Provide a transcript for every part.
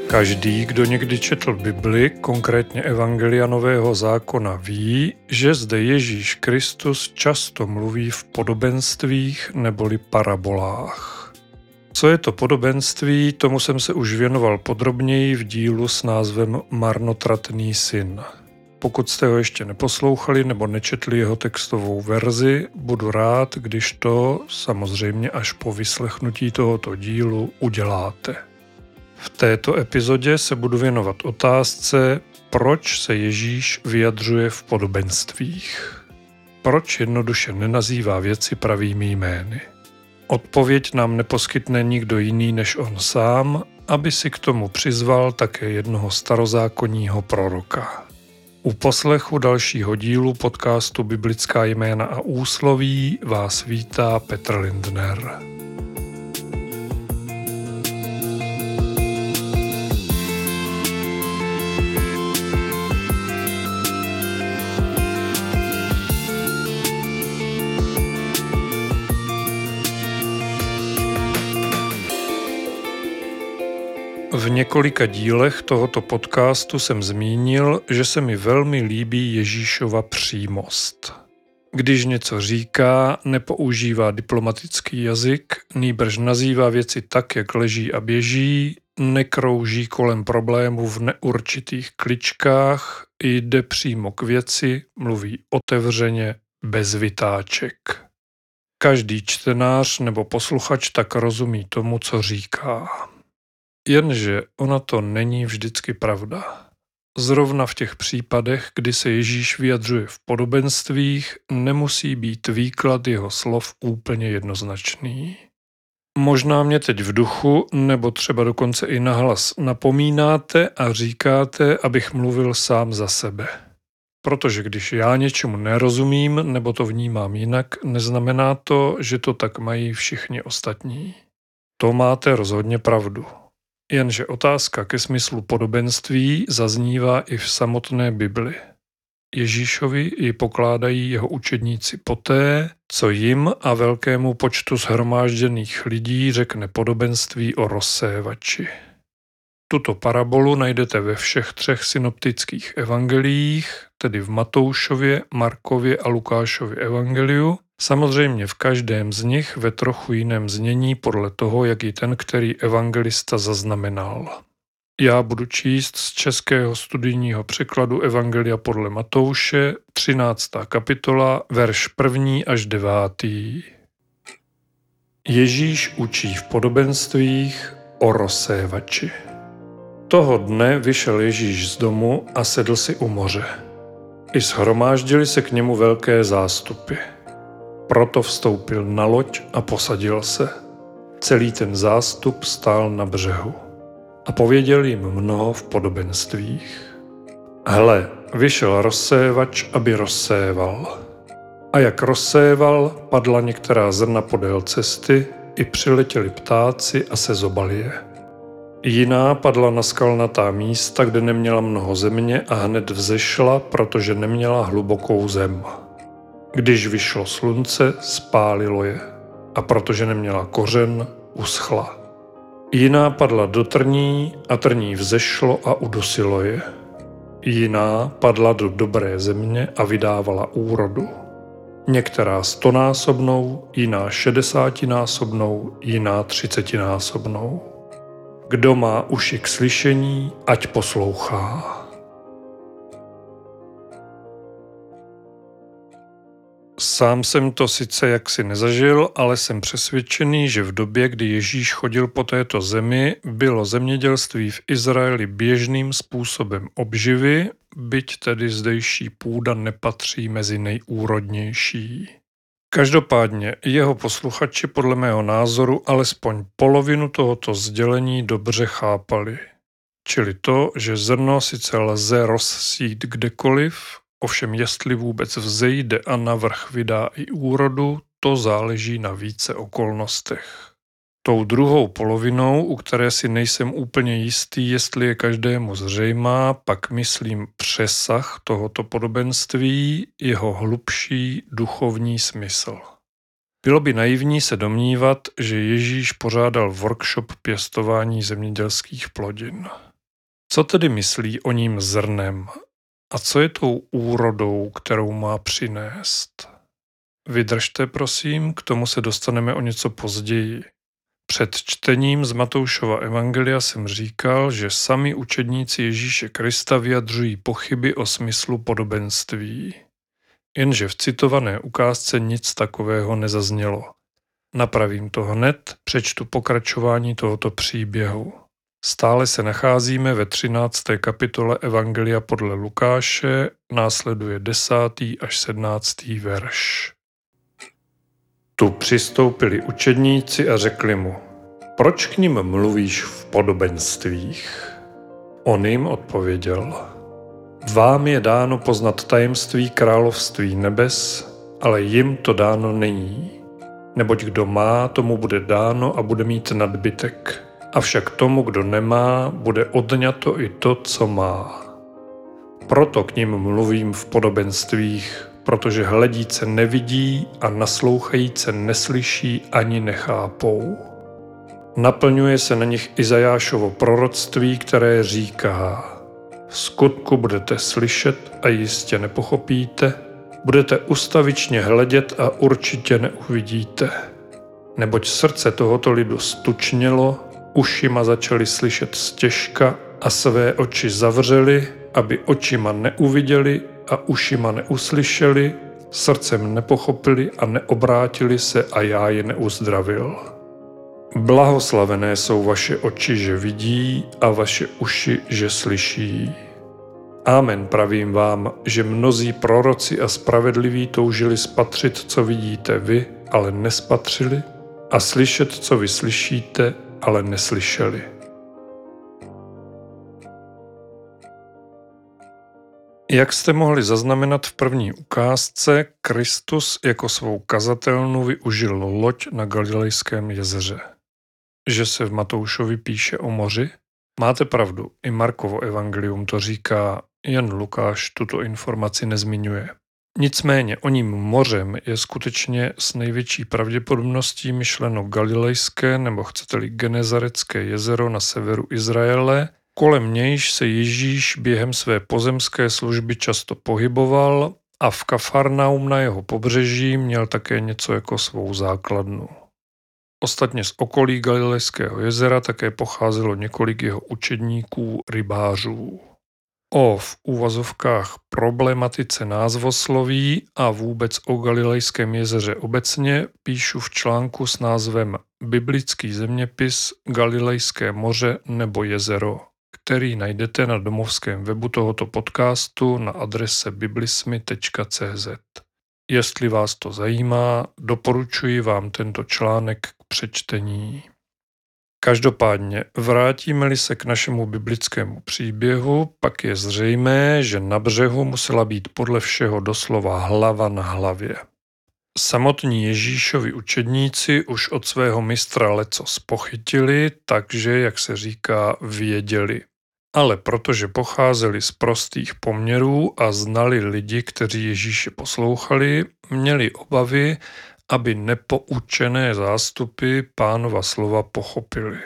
Každý, kdo někdy četl Bibli, konkrétně Evangelia Nového zákona, ví, že zde Ježíš Kristus často mluví v podobenstvích neboli parabolách. Co je to podobenství, tomu jsem se už věnoval podrobněji v dílu s názvem Marnotratný syn. Pokud jste ho ještě neposlouchali nebo nečetli jeho textovou verzi, budu rád, když to, samozřejmě až po vyslechnutí tohoto dílu, uděláte. V této epizodě se budu věnovat otázce, proč se Ježíš vyjadřuje v podobenstvích. Proč jednoduše nenazývá věci pravými jmény. Odpověď nám neposkytne nikdo jiný než on sám, aby si k tomu přizval také jednoho starozákonního proroka. U poslechu dalšího dílu podcastu Biblická jména a úsloví vás vítá Petr Lindner. V několika dílech tohoto podcastu jsem zmínil, že se mi velmi líbí Ježíšova přímost. Když něco říká, nepoužívá diplomatický jazyk, nýbrž nazývá věci tak, jak leží a běží, nekrouží kolem problémů v neurčitých kličkách, jde přímo k věci, mluví otevřeně, bez vytáček. Každý čtenář nebo posluchač tak rozumí tomu, co říká. Jenže ona to není vždycky pravda. Zrovna v těch případech, kdy se Ježíš vyjadřuje v podobenstvích, nemusí být výklad jeho slov úplně jednoznačný. Možná mě teď v duchu, nebo třeba dokonce i nahlas napomínáte a říkáte, abych mluvil sám za sebe. Protože když já něčemu nerozumím, nebo to vnímám jinak, neznamená to, že to tak mají všichni ostatní. To máte rozhodně pravdu. Jenže otázka ke smyslu podobenství zaznívá i v samotné Bibli. Ježíšovi ji pokládají jeho učedníci poté, co jim a velkému počtu shromážděných lidí řekne podobenství o rozsévači. Tuto parabolu najdete ve všech 3 synoptických evangeliích, tedy v Matoušově, Markově a Lukášově evangeliu, samozřejmě v každém z nich ve trochu jiném znění podle toho, jak ji ten který evangelista zaznamenal. Já budu číst z českého studijního překladu Evangelia podle Matouše, 13. kapitola, verš 1. až 9. Ježíš učí v podobenstvích o rozsévači. Toho dne vyšel Ježíš z domu a sedl si u moře. I shromáždili se k němu velké zástupy. Proto vstoupil na loď a posadil se. Celý ten zástup stál na břehu. A pověděl jim mnoho v podobenstvích. Hle, vyšel rozsévač, aby rozséval. A jak rozséval, padla některá zrna podél cesty, i přiletěli ptáci a sezobali je. Jiná padla na skalnatá místa, kde neměla mnoho země a hned vzešla, protože neměla hlubokou zem. Když vyšlo slunce, spálilo je, a protože neměla kořen, uschla. Jiná padla do trní a trní vzešlo a udusilo je. Jiná padla do dobré země a vydávala úrodu. Některá 100násobnou, jiná 60násobnou, jiná 30násobnou. Kdo má uši k slyšení, ať poslouchá. Sám jsem to sice jaksi nezažil, ale jsem přesvědčený, že v době, kdy Ježíš chodil po této zemi, bylo zemědělství v Izraeli běžným způsobem obživy, byť tedy zdejší půda nepatří mezi nejúrodnější. Každopádně jeho posluchači podle mého názoru alespoň polovinu tohoto sdělení dobře chápali. Čili to, že zrno sice lze rozsít kdekoliv, ovšem jestli vůbec vzejde a navrch vydá i úrodu, to záleží na více okolnostech. Tou druhou polovinou, u které si nejsem úplně jistý, jestli je každému zřejmá, pak myslím přesah tohoto podobenství, jeho hlubší duchovní smysl. Bylo by naivní se domnívat, že Ježíš pořádal workshop pěstování zemědělských plodin. Co tedy myslí o ním zrnem? A co je tou úrodou, kterou má přinést? Vydržte, prosím, k tomu se dostaneme o něco později. Před čtením z Matoušova evangelia jsem říkal, že sami učedníci Ježíše Krista vyjadřují pochyby o smyslu podobenství. Jenže v citované ukázce nic takového nezaznělo. Napravím to hned, přečtu pokračování tohoto příběhu. Stále se nacházíme ve 13. kapitole Evangelia podle Lukáše, následuje 10. až 17. verš. Tu přistoupili učedníci a řekli mu: Proč k nim mluvíš v podobenstvích? On jim odpověděl: Vám je dáno poznat tajemství království nebes, ale jim to dáno není. Neboť kdo má, tomu bude dáno a bude mít nadbytek. Avšak tomu, kdo nemá, bude odňato i to, co má. Proto k nim mluvím v podobenstvích, protože hledíce nevidí a naslouchajíce neslyší ani nechápou. Naplňuje se na nich Izajášovo proroctví, které říká: V skutku budete slyšet a jistě nepochopíte, budete ustavičně hledět a určitě neuvidíte. Neboť srdce tohoto lidu stučnělo, ušima začali slyšet stěžka a své oči zavřeli, aby očima neuviděli a ušima neuslyšeli, srdcem nepochopili a neobrátili se a já je neuzdravil. Blahoslavené jsou vaše oči, že vidí, a vaše uši, že slyší. Amen, pravím vám, že mnozí proroci a spravedliví toužili spatřit, co vidíte vy, ale nespatřili, a slyšet, co vy slyšíte, ale neslyšeli. Jak jste mohli zaznamenat v první ukázce, Kristus jako svou kazatelnu využil loď na Galilejském jezeře. Že se v Matoušovi píše o moři? Máte pravdu, i Markovo evangelium to říká, jen Lukáš tuto informaci nezmiňuje. Nicméně oním mořem je skutečně s největší pravděpodobností myšleno Galilejské nebo chcete-li Genezarecké jezero na severu Izraele, kolem nějž se Ježíš během své pozemské služby často pohyboval a v Kafarnaum na jeho pobřeží měl také něco jako svou základnu. Ostatně z okolí Galilejského jezera také pocházelo několik jeho učedníků rybářů. O v úvazovkách problematice názvosloví a vůbec o Galilejském jezeře obecně píšu v článku s názvem Biblický zeměpis Galilejské moře nebo jezero, který najdete na domovském webu tohoto podcastu na adrese biblismy.cz. Jestli vás to zajímá, doporučuji vám tento článek k přečtení. Každopádně, vrátíme-li se k našemu biblickému příběhu, pak je zřejmé, že na břehu musela být podle všeho doslova hlava na hlavě. Samotní Ježíšovi učedníci už od svého mistra lecos pochytili, takže, jak se říká, věděli. Ale protože pocházeli z prostých poměrů a znali lidi, kteří Ježíše poslouchali, měli obavy, aby nepoučené zástupy Pánova slova pochopili.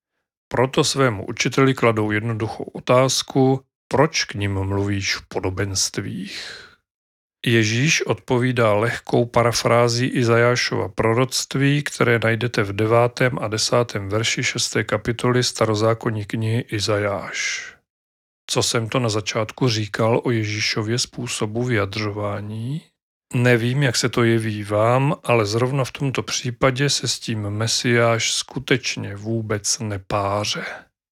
Proto svému učiteli kladou jednoduchou otázku, proč k nim mluvíš v podobenstvích. Ježíš odpovídá lehkou parafrází Izajášova proroctví, které najdete v 9. a 10. verši 6. kapitoly starozákonní knihy Izajáš. Co jsem to na začátku říkal o Ježíšově způsobu vyjadřování? Nevím, jak se to jeví vám, ale zrovna v tomto případě se s tím Mesiáš skutečně vůbec nepáře.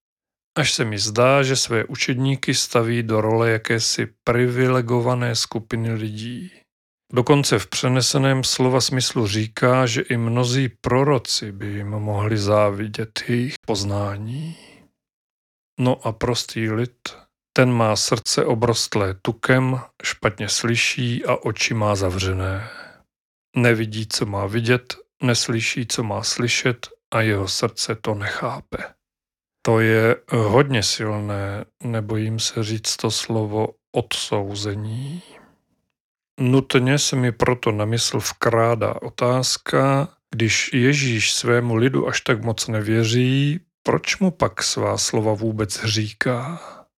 Až se mi zdá, že své učedníky staví do role jakési privilegované skupiny lidí. Dokonce v přeneseném slova smyslu říká, že i mnozí proroci by jim mohli závidět jejich poznání. No a prostý lid, ten má srdce obrostlé tukem, špatně slyší a oči má zavřené. Nevidí, co má vidět, neslyší, co má slyšet a jeho srdce to nechápe. To je hodně silné, nebojím se říct to slovo odsouzení. Nutně se mi proto na mysl vkrádá otázka, když Ježíš svému lidu až tak moc nevěří, proč mu pak svá slova vůbec říká?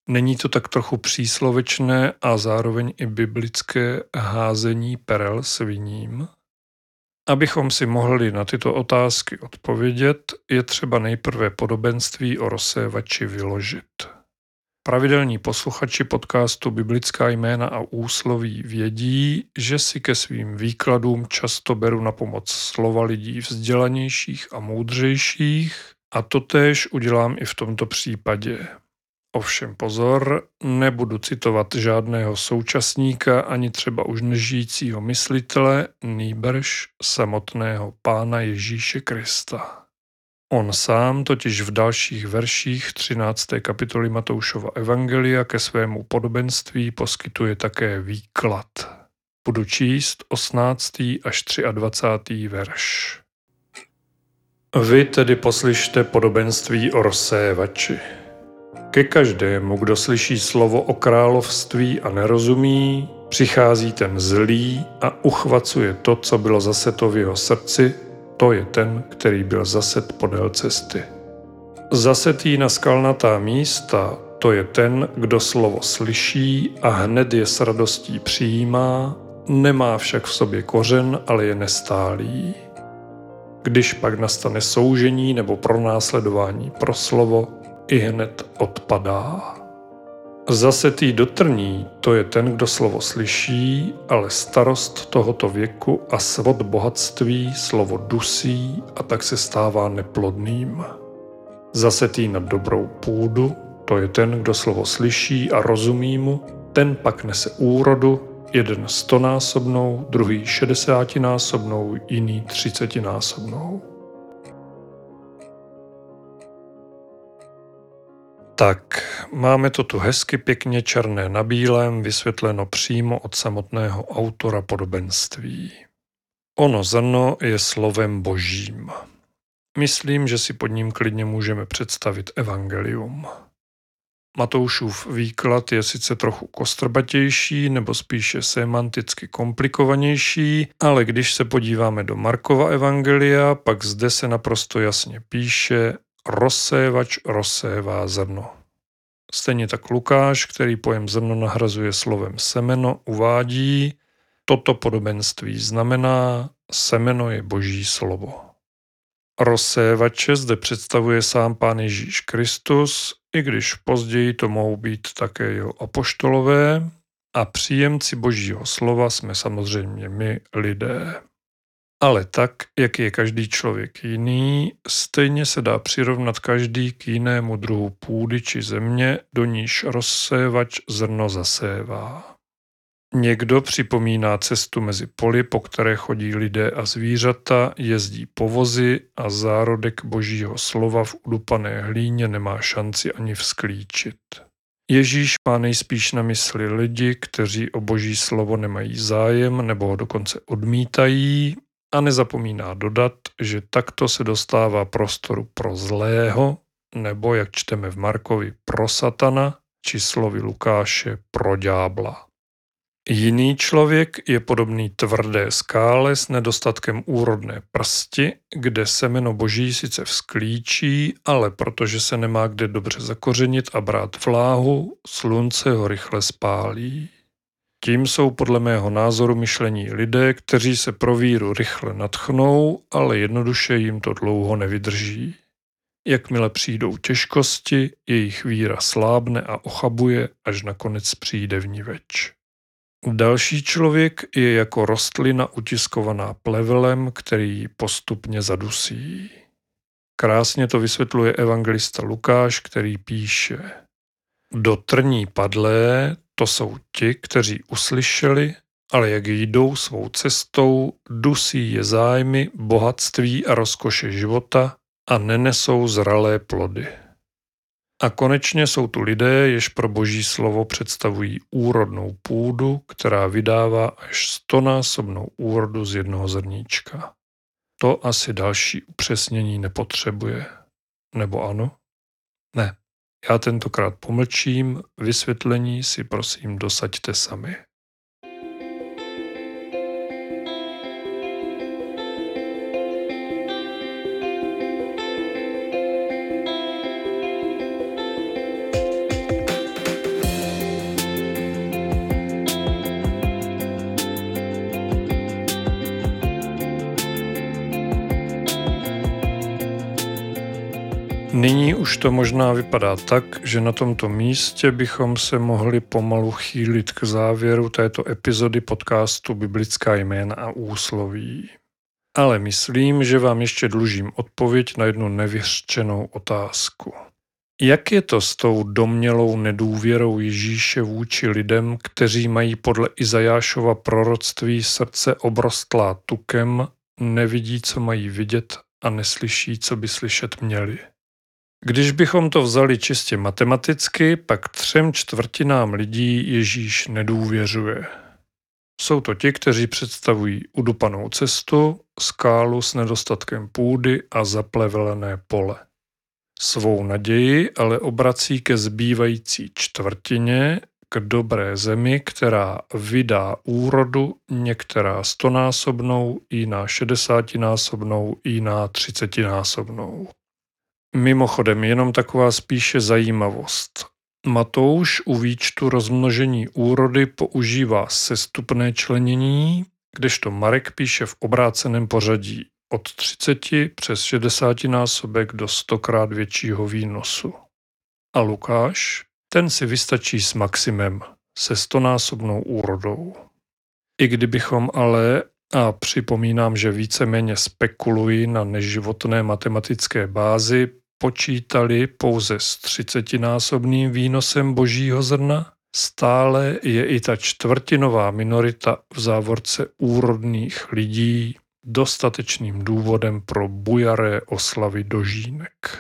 Není to tak trochu příslovečné a zároveň i biblické házení perel sviním? Abychom si mohli na tyto otázky odpovědět, je třeba nejprve podobenství o rozsévači vyložit. Pravidelní posluchači podcastu Biblická jména a úsloví vědí, že si ke svým výkladům často beru na pomoc slova lidí vzdělanějších a moudřejších a totéž udělám i v tomto případě. Ovšem pozor, nebudu citovat žádného současníka ani třeba už nežijícího myslitele, nýbrž samotného Pána Ježíše Krista. On sám totiž v dalších verších 13. kapitoly Matoušova evangelia ke svému podobenství poskytuje také výklad. Budu číst 18. až 23. verš. Vy tedy poslyšte podobenství o rozsévači. Ke každému, kdo slyší slovo o království a nerozumí, přichází ten zlý a uchvacuje to, co bylo zaseto v jeho srdci, to je ten, který byl zaset podél cesty. Zasetý na skalnatá místa, to je ten, kdo slovo slyší a hned je s radostí přijímá, nemá však v sobě kořen, ale je nestálý. Když pak nastane soužení nebo pronásledování pro slovo, i hned odpadá. Zasetý do trní, to je ten, kdo slovo slyší, ale starost tohoto věku a svod bohatství slovo dusí a tak se stává neplodným. Zasetý na dobrou půdu, to je ten, kdo slovo slyší a rozumí mu, ten pak nese úrodu, jeden 100násobnou, druhý 60násobnou, jiný 30násobnou. Tak, máme to tu hezky pěkně černé na bílém vysvětleno přímo od samotného autora podobenství. Ono zrno je slovem božím. Myslím, že si pod ním klidně můžeme představit evangelium. Matoušův výklad je sice trochu kostrbatější nebo spíše semanticky komplikovanější, ale když se podíváme do Markova evangelia, pak zde se naprosto jasně píše rozsévač rozsévá zrno. Stejně tak Lukáš, který pojem zrno nahrazuje slovem semeno, uvádí, toto podobenství znamená, semeno je boží slovo. Rozsévače zde představuje sám Pán Ježíš Kristus, i když později to mohou být také jeho apoštolové, a příjemci božího slova jsme samozřejmě my, lidé. Ale tak, jak je každý člověk jiný, stejně se dá přirovnat každý k jinému druhu půdy či země, do níž rozsévač zrno zasévá. Někdo připomíná cestu mezi poli, po které chodí lidé a zvířata, jezdí povozy a zárodek božího slova v udupané hlíně nemá šanci ani vzklíčit. Ježíš má nejspíš na mysli lidi, kteří o boží slovo nemají zájem nebo ho dokonce odmítají, a nezapomíná dodat, že takto se dostává prostoru pro zlého, nebo, jak čteme v Markovi, pro satana, či slovy Lukáše pro ďábla. Jiný člověk je podobný tvrdé skále s nedostatkem úrodné prsti, kde semeno boží sice vzklíčí, ale protože se nemá kde dobře zakořenit a brát vláhu, slunce ho rychle spálí. Tím jsou podle mého názoru myšlení lidé, kteří se pro víru rychle nadchnou, ale jednoduše jim to dlouho nevydrží. Jakmile přijdou těžkosti, jejich víra slábne a ochabuje, až nakonec přijde vniveč. Další člověk je jako rostlina utiskovaná plevelem, který ji postupně zadusí. Krásně to vysvětluje evangelista Lukáš, který píše: do trní padlé, to jsou ti, kteří uslyšeli, ale jak jdou svou cestou, dusí je zájmy, bohatství a rozkoše života a nenesou zralé plody. A konečně jsou tu lidé, jež pro boží slovo představují úrodnou půdu, která vydává až 100násobnou úrodu z jednoho zrníčka. To asi další upřesnění nepotřebuje. Nebo ano? Ne. Já tentokrát pomlčím, vysvětlení si prosím dosaďte sami. Nyní už to možná vypadá tak, že na tomto místě bychom se mohli pomalu chýlit k závěru této epizody podcastu Biblická jména a úsloví. Ale myslím, že vám ještě dlužím odpověď na jednu nevyřčenou otázku. Jak je to s tou domnělou nedůvěrou Ježíše vůči lidem, kteří mají podle Izajášova proroctví srdce obrostlá tukem, nevidí, co mají vidět a neslyší, co by slyšet měli? Když bychom to vzali čistě matematicky, pak 3/4 lidí Ježíš nedůvěřuje. Jsou to ti, kteří představují udupanou cestu, skálu s nedostatkem půdy a zaplevelené pole. Svou naději ale obrací ke zbývající čtvrtině, k dobré zemi, která vydá úrodu, některá 100násobnou, jiná 60násobnou, jiná 30násobnou. Mimochodem, jenom taková spíše zajímavost. Matouš u výčtu rozmnožení úrody používá sestupné členění, kdežto Marek píše v obráceném pořadí od 30 přes 60násobek do 100krát většího výnosu. A Lukáš, ten si vystačí s maximem, se 100násobnou úrodou. I kdybychom ale, a připomínám, že víceméně spekuluji na neživotné matematické bázi, počítali pouze s 30násobným výnosem božího zrna, stále je i ta čtvrtinová minorita v závorce úrodných lidí dostatečným důvodem pro bujaré oslavy dožínek.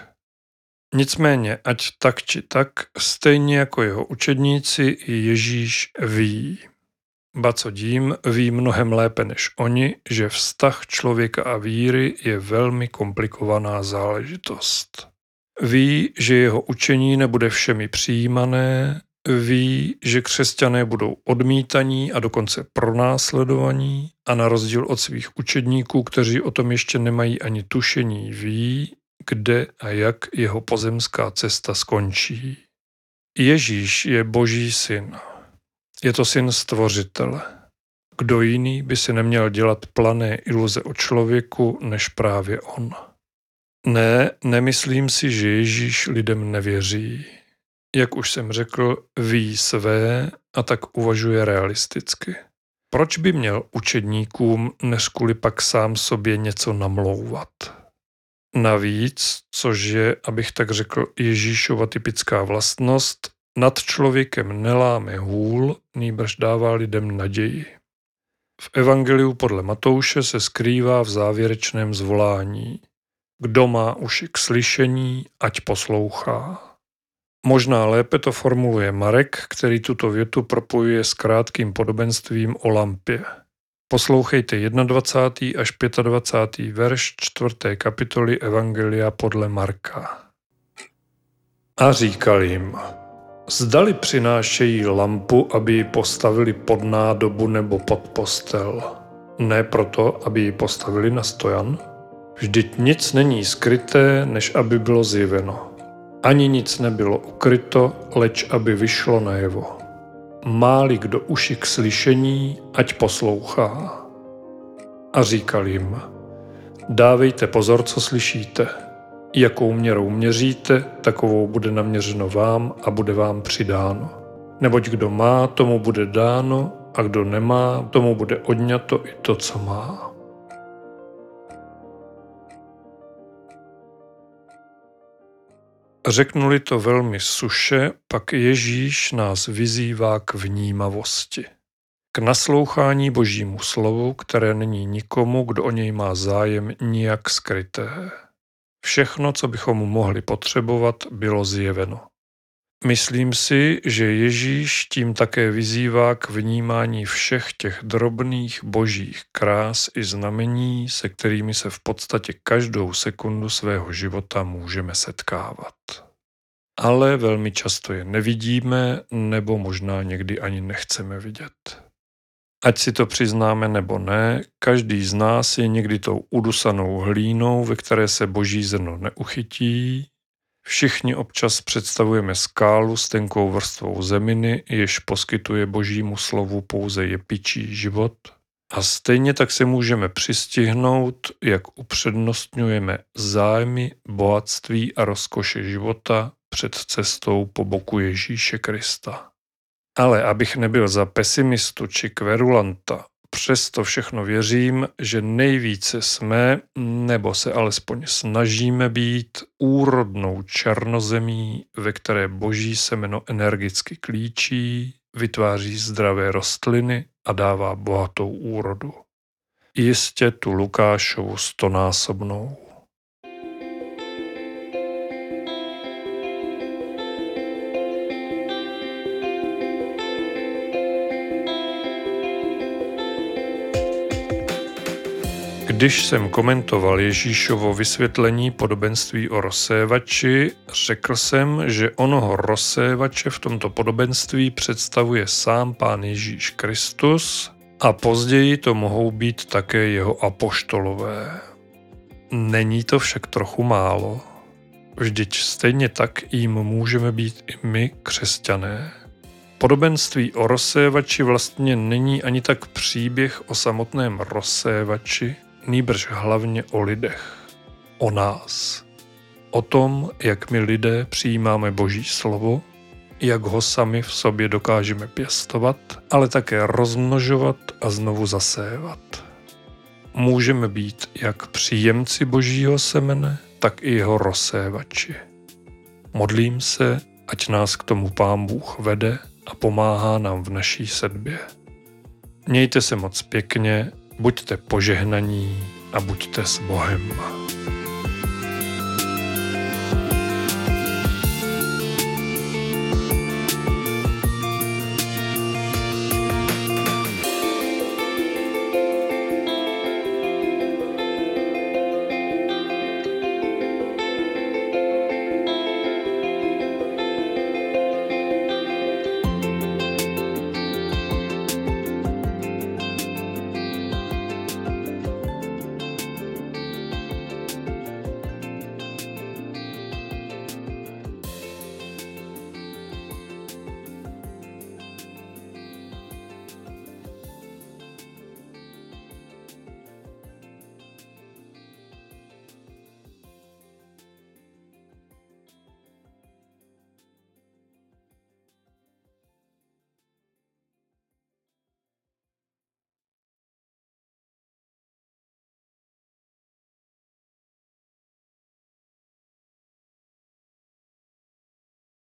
Nicméně, ať tak či tak, stejně jako jeho učedníci, i Ježíš ví. Ba co dím, ví mnohem lépe než oni, že vztah člověka a víry je velmi komplikovaná záležitost. Ví, že jeho učení nebude všemi přijímané, ví, že křesťané budou odmítaní a dokonce pronásledovaní a na rozdíl od svých učedníků, kteří o tom ještě nemají ani tušení, ví, kde a jak jeho pozemská cesta skončí. Ježíš je Boží syn. Je to syn Stvořitele. Kdo jiný by si neměl dělat plané iluze o člověku, než právě on. Ne, nemyslím si, že Ježíš lidem nevěří. Jak už jsem řekl, ví své a tak uvažuje realisticky. Proč by měl učedníkům, než kvůli pak sám sobě něco namlouvat? Navíc, což je, abych tak řekl, Ježíšova typická vlastnost, nad člověkem neláme hůl, nýbrž dává lidem naději. V evangeliu podle Matouše se skrývá v závěrečném zvolání. Kdo má uši k slyšení, ať poslouchá. Možná lépe to formuluje Marek, který tuto větu propojuje s krátkým podobenstvím o lampě. Poslouchejte 21. až 25. verš 4. kapitoly Evangelia podle Marka. A říkal jim: zdali přinášejí lampu, aby ji postavili pod nádobu nebo pod postel, ne proto, aby ji postavili na stojan? Vždyť nic není skryté, než aby bylo zjeveno. Ani nic nebylo ukryto, leč aby vyšlo najevo. Má-li kdo uši k slyšení, ať poslouchá. A říkal jim: dávejte pozor, co slyšíte. Jakou měrou měříte, takovou bude naměřeno vám a bude vám přidáno. Neboť kdo má, tomu bude dáno, a kdo nemá, tomu bude odňato i to, co má. Řeknu-li to velmi suše, pak Ježíš nás vyzývá k vnímavosti. K naslouchání Božímu slovu, které není nikomu, kdo o něj má zájem, nijak skryté. Všechno, co bychom mohli potřebovat, bylo zjeveno. Myslím si, že Ježíš tím také vyzývá k vnímání všech těch drobných božích krás i znamení, se kterými se v podstatě každou sekundu svého života můžeme setkávat. Ale velmi často je nevidíme, nebo možná někdy ani nechceme vidět. Ať si to přiznáme nebo ne, každý z nás je někdy tou udusanou hlínou, ve které se boží zrno neuchytí. Všichni občas představujeme skálu s tenkou vrstvou zeminy, jež poskytuje božímu slovu pouze jepičí život. A stejně tak se můžeme přistihnout, jak upřednostňujeme zájmy, bohatství a rozkoše života před cestou po boku Ježíše Krista. Ale abych nebyl za pesimistu či kverulanta, přesto všechno věřím, že nejvíce jsme, nebo se alespoň snažíme být úrodnou černozemí, ve které boží semeno energicky klíčí, vytváří zdravé rostliny a dává bohatou úrodu. Jistě tu Lukášovu 100násobnou. Když jsem komentoval Ježíšovo vysvětlení podobenství o rozsévači, řekl jsem, že onoho rozsévače v tomto podobenství představuje sám Pán Ježíš Kristus a později to mohou být také jeho apoštolové. Není to však trochu málo? Vždyť stejně tak jim můžeme být i my, křesťané. Podobenství o rozsévači vlastně není ani tak příběh o samotném rozsévači, nýbrž hlavně o lidech, o nás. O tom, jak my lidé přijímáme Boží slovo, jak ho sami v sobě dokážeme pěstovat, ale také rozmnožovat a znovu zasévat. Můžeme být jak příjemci Božího semene, tak i jeho rozsévači. Modlím se, ať nás k tomu Pán Bůh vede a pomáhá nám v naší sedbě. Mějte se moc pěkně, buďte požehnaní a buďte s Bohem.